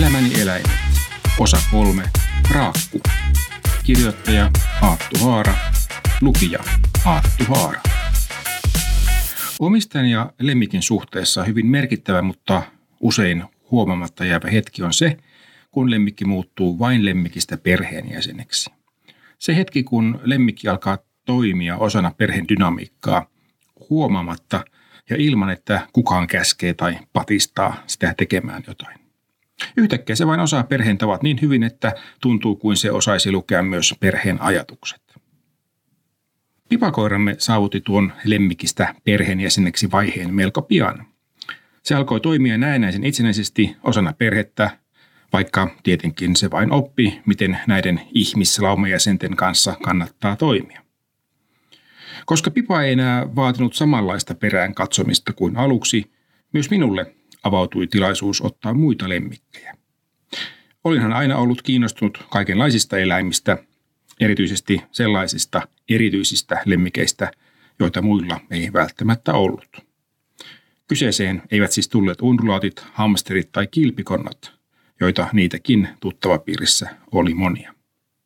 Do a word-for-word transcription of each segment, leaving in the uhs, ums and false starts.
Elämäni eläimet. Osa kolme. Raakku. Kirjoittaja Aattu Haara. Lukija Aattu Haara. Omistajan ja lemmikin suhteessa hyvin merkittävä, mutta usein huomaamatta jäävä hetki on se, kun lemmikki muuttuu vain lemmikistä perheenjäseneksi. Se hetki, kun lemmikki alkaa toimia osana perheen dynamiikkaa huomaamatta ja ilman, että kukaan käskee tai patistaa sitä tekemään jotain. Yhtäkkiä se vain osaa perheen tavat niin hyvin, että tuntuu kuin se osaisi lukea myös perheen ajatukset. Pipakoiramme saavutti tuon lemmikistä perheenjäseneksi vaiheen melko pian. Se alkoi toimia näennäisen itsenäisesti osana perhettä, vaikka tietenkin se vain oppi, miten näiden ihmislaumajäsenten kanssa kannattaa toimia. Koska Pipa ei enää vaatinut samanlaista perään katsomista kuin aluksi, myös minulle avautui tilaisuus ottaa muita lemmikkejä. Olinhan aina ollut kiinnostunut kaikenlaisista eläimistä, erityisesti sellaisista erityisistä lemmikeistä, joita muilla ei välttämättä ollut. Kyseeseen eivät siis tulleet undulaatit, hamsterit tai kilpikonnat, joita niitäkin tuttavapiirissä oli monia.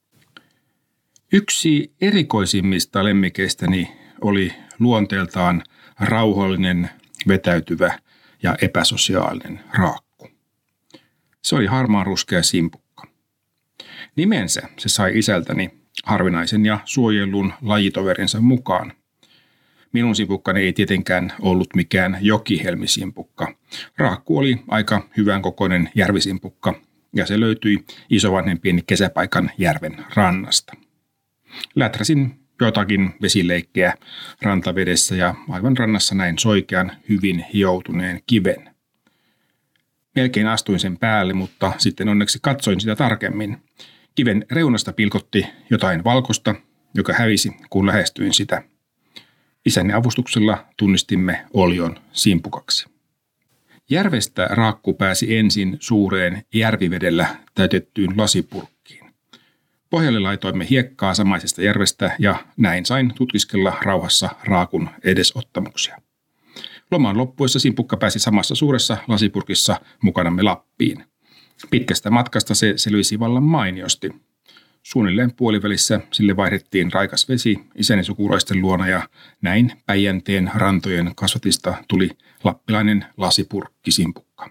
Yksi erikoisimmista lemmikeistäni oli luonteeltaan rauhallinen, vetäytyvä ja epäsosiaalinen raakku. Se oli harmaanruskea simpukka. Nimensä se sai isältäni harvinaisen ja suojellun lajitoverinsa mukaan. Minun simpukkani ei tietenkään ollut mikään jokihelmisimpukka. Raakku oli aika hyvän kokoinen järvisimpukka ja se löytyi isovanhempieni kesäpaikan järven rannasta. Läträsin jotakin vesileikkejä rantavedessä ja aivan rannassa näin soikean hyvin hioutuneen kiven. Melkein astuin sen päälle, mutta sitten onneksi katsoin sitä tarkemmin. Kiven reunasta pilkotti jotain valkoista, joka hävisi, kun lähestyin sitä. Isäni avustuksella tunnistimme olion simpukaksi. Järvestä raakku pääsi ensin suureen järvivedellä täytettyyn lasipurkkiin. Pohjalle laitoimme hiekkaa samaisesta järvestä ja näin sain tutkiskella rauhassa raakun edesottamuksia. Loman loppuessa simpukka pääsi samassa suuressa lasipurkissa mukanamme Lappiin. Pitkästä matkasta se selvisi vallan mainiosti. Suunnilleen puolivälissä sille vaihdettiin raikas vesi isäni sukulaisten luona ja näin Päijänteen rantojen kasvatista tuli lappilainen lasipurkkisimpukka.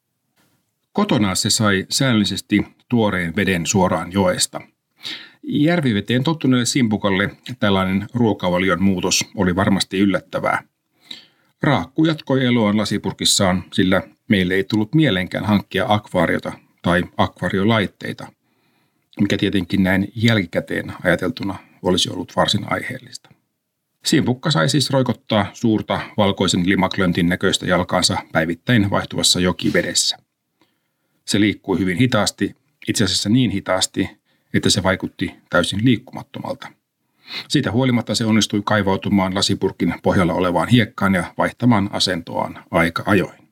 Kotona se sai säännöllisesti tuoreen veden suoraan joesta. Järviveteen tottuneelle simpukalle tällainen ruokavalion muutos oli varmasti yllättävää. Raakku jatkoi eloaan lasipurkissaan, sillä meille ei tullut mieleenkään hankkia akvaariota tai akvaariolaitteita, mikä tietenkin näin jälkikäteen ajateltuna olisi ollut varsin aiheellista. Simpukka sai siis roikottaa suurta valkoisen limaklöntin näköistä jalkaansa päivittäin vaihtuvassa jokivedessä. Se liikkui hyvin hitaasti, itse asiassa niin hitaasti, että se vaikutti täysin liikkumattomalta. Siitä huolimatta se onnistui kaivautumaan lasipurkin pohjalla olevaan hiekkaan ja vaihtamaan asentoaan aika ajoin.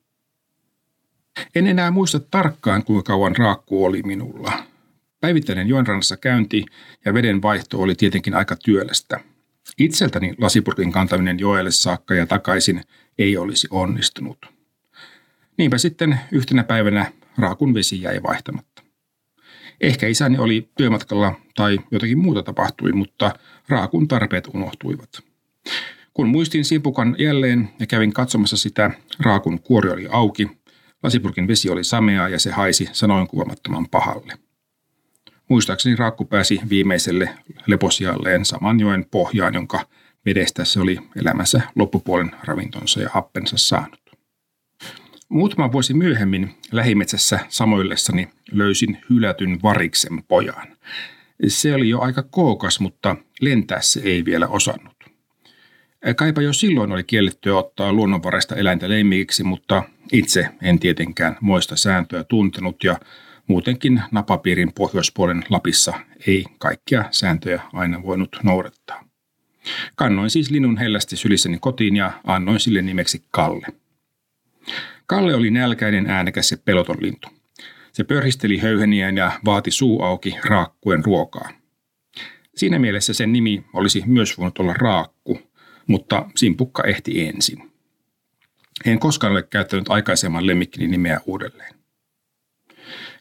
En enää muista tarkkaan, kuinka kauan raakku oli minulla. Päivittäinen joenrannassa käynti ja veden vaihto oli tietenkin aika työlästä. Itseltäni lasipurkin kantaminen joelle saakka ja takaisin ei olisi onnistunut. Niinpä sitten yhtenä päivänä raakun vesi jäi vaihtamatta. Ehkä isäni oli työmatkalla tai jotakin muuta tapahtui, mutta raakun tarpeet unohtuivat. Kun muistin simpukan jälleen ja kävin katsomassa sitä, raakun kuori oli auki, lasipurkin vesi oli samea ja se haisi sanoin kuvamattoman pahalle. Muistaakseni raakku pääsi viimeiselle leposijalleen saman joen pohjaan, jonka vedestä se oli elämänsä loppupuolen ravintonsa ja happensa saanut. Muutama vuosi myöhemmin lähimetsässä samoillessani löysin hylätyn variksen pojan. Se oli jo aika kookas, mutta lentää se ei vielä osannut. Kaipa jo silloin oli kiellettyä ottaa luonnonvaraista eläintä lemmikiksi, mutta itse en tietenkään moista sääntöä tuntenut ja muutenkin napapiirin pohjoispuolen Lapissa ei kaikkia sääntöjä aina voinut noudattaa. Kannoin siis linnun hellästi sylissäni kotiin ja annoin sille nimeksi Kalle. Kalle oli nälkäinen, äänekäs ja peloton lintu. Se pörhisteli höyheniään ja vaati suu auki raakkuen ruokaa. Siinä mielessä sen nimi olisi myös voinut olla Raakku, mutta simpukka ehti ensin. En koskaan ole käyttänyt aikaisemman lemmikkini nimeä uudelleen.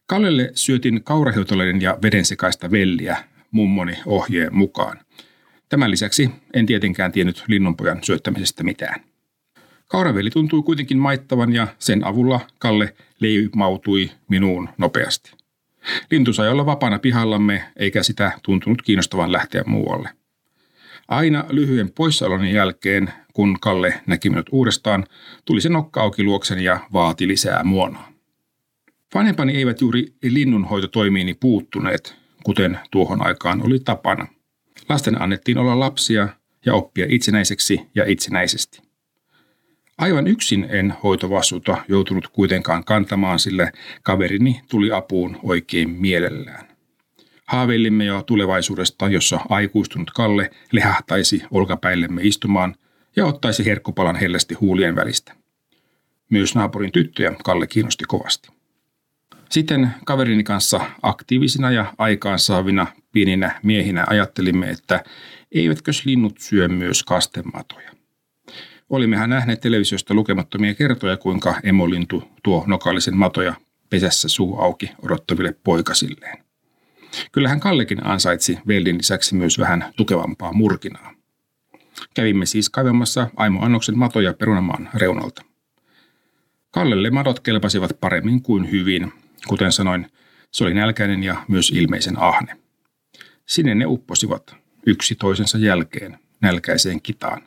Kallelle syötin kaurahiutaleiden ja veden sekaista velliä mummoni ohjeen mukaan. Tämän lisäksi en tietenkään tiennyt linnunpojan syöttämisestä mitään. Kauravelli tuntui kuitenkin maittavan ja sen avulla Kalle leimautui minuun nopeasti. Lintu sai olla vapaana pihallamme eikä sitä tuntunut kiinnostavan lähteä muualle. Aina lyhyen poissaolon jälkeen, kun Kalle näki minut uudestaan, tuli se nokka auki luokseni ja vaati lisää muonaa. Vanhempani eivät juuri linnunhoitotoimiini puuttuneet, kuten tuohon aikaan oli tapana. Lasten annettiin olla lapsia ja oppia itsenäiseksi ja itsenäisesti. Aivan yksin en hoitovastuuta joutunut kuitenkaan kantamaan, sillä kaverini tuli apuun oikein mielellään. Haaveilimme jo tulevaisuudesta, jossa aikuistunut Kalle lehahtaisi olkapäillemme istumaan ja ottaisi herkkupalan hellästi huulien välistä. Myös naapurin tyttöjä Kalle kiinnosti kovasti. Sitten kaverini kanssa aktiivisina ja aikaansaavina pieninä miehinä ajattelimme, että eivätkös linnut syö myös kastematoja. Olimmehan nähneet televisiosta lukemattomia kertoja, kuinka emolintu tuo nokallisen matoja pesässä suu auki odottaville poikasilleen. Kyllähän Kallekin ansaitsi vellin lisäksi myös vähän tukevampaa murkinaa. Kävimme siis kaivamassa Aimo Annoksen matoja perunamaan reunalta. Kallelle madot kelpasivat paremmin kuin hyvin. Kuten sanoin, se oli nälkäinen ja myös ilmeisen ahne. Sinne ne upposivat yksi toisensa jälkeen nälkäiseen kitaan.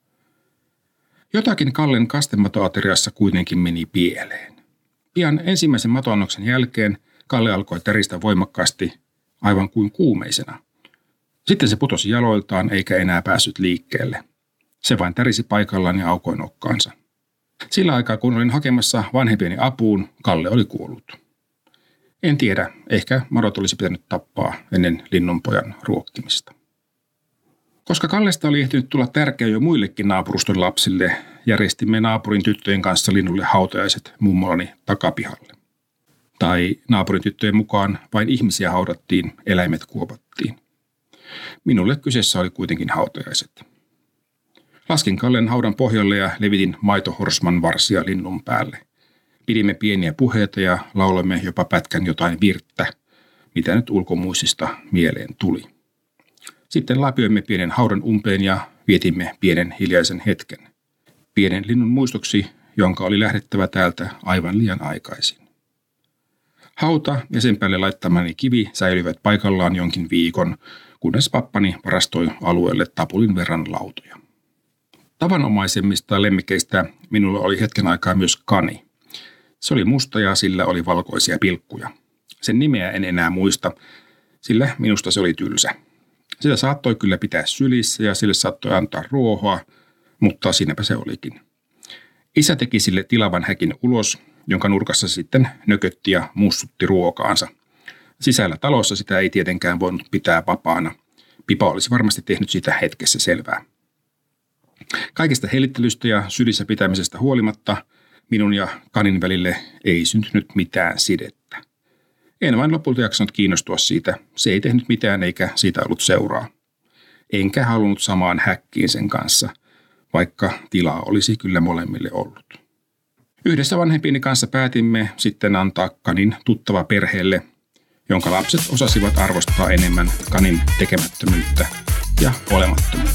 Jotakin Kallen kastematoateriassa kuitenkin meni pieleen. Pian ensimmäisen matoannoksen jälkeen Kalle alkoi täristä voimakkaasti, aivan kuin kuumeisena. Sitten se putosi jaloiltaan eikä enää päässyt liikkeelle. Se vain tärisi paikallaan ja aukoi nokkaansa. Sillä aikaa, kun olin hakemassa vanhempieni apuun, Kalle oli kuollut. En tiedä, ehkä madot olisi pitänyt tappaa ennen linnunpojan ruokkimista. Koska Kallesta oli ehtinyt tulla tärkeä jo muillekin naapuruston lapsille, järjestimme naapurin tyttöjen kanssa linnulle hautajaiset mummolani takapihalle. Tai naapurin tyttöjen mukaan vain ihmisiä haudattiin, eläimet kuopattiin. Minulle kyseessä oli kuitenkin hautajaiset. Laskin Kallen haudan pohjalle ja levitin maitohorsman varsia linnun päälle. Pidimme pieniä puheita ja lauloimme jopa pätkän jotain virttä, mitä nyt ulkomuistista mieleen tuli. Sitten lapioimme pienen haudan umpeen ja vietimme pienen hiljaisen hetken. Pienen linnun muistoksi, jonka oli lähdettävä täältä aivan liian aikaisin. Hauta ja sen päälle laittamani kivi säilyivät paikallaan jonkin viikon, kunnes pappani varastoi alueelle tapulin verran lautoja. Tavanomaisemmista lemmikeistä minulla oli hetken aikaa myös kani. Se oli musta ja sillä oli valkoisia pilkkuja. Sen nimeä en enää muista, sillä minusta se oli tylsä. Sitä saattoi kyllä pitää sylissä ja sille saattoi antaa ruohoa, mutta siinäpä se olikin. Isä teki sille tilavan häkin ulos, jonka nurkassa sitten nökötti ja mussutti ruokaansa. Sisällä talossa sitä ei tietenkään voinut pitää vapaana. Pipa olisi varmasti tehnyt sitä hetkessä selvää. Kaikista hellittelystä ja sylissä pitämisestä huolimatta minun ja kanin välille ei syntynyt mitään sidettä. En vain lopulta jaksanut kiinnostua siitä. Se ei tehnyt mitään eikä siitä ollut seuraa. Enkä halunnut samaan häkkiin sen kanssa, vaikka tilaa olisi kyllä molemmille ollut. Yhdessä vanhempieni kanssa päätimme sitten antaa kanin tuttava perheelle, jonka lapset osasivat arvostaa enemmän kanin tekemättömyyttä ja olemattomuutta.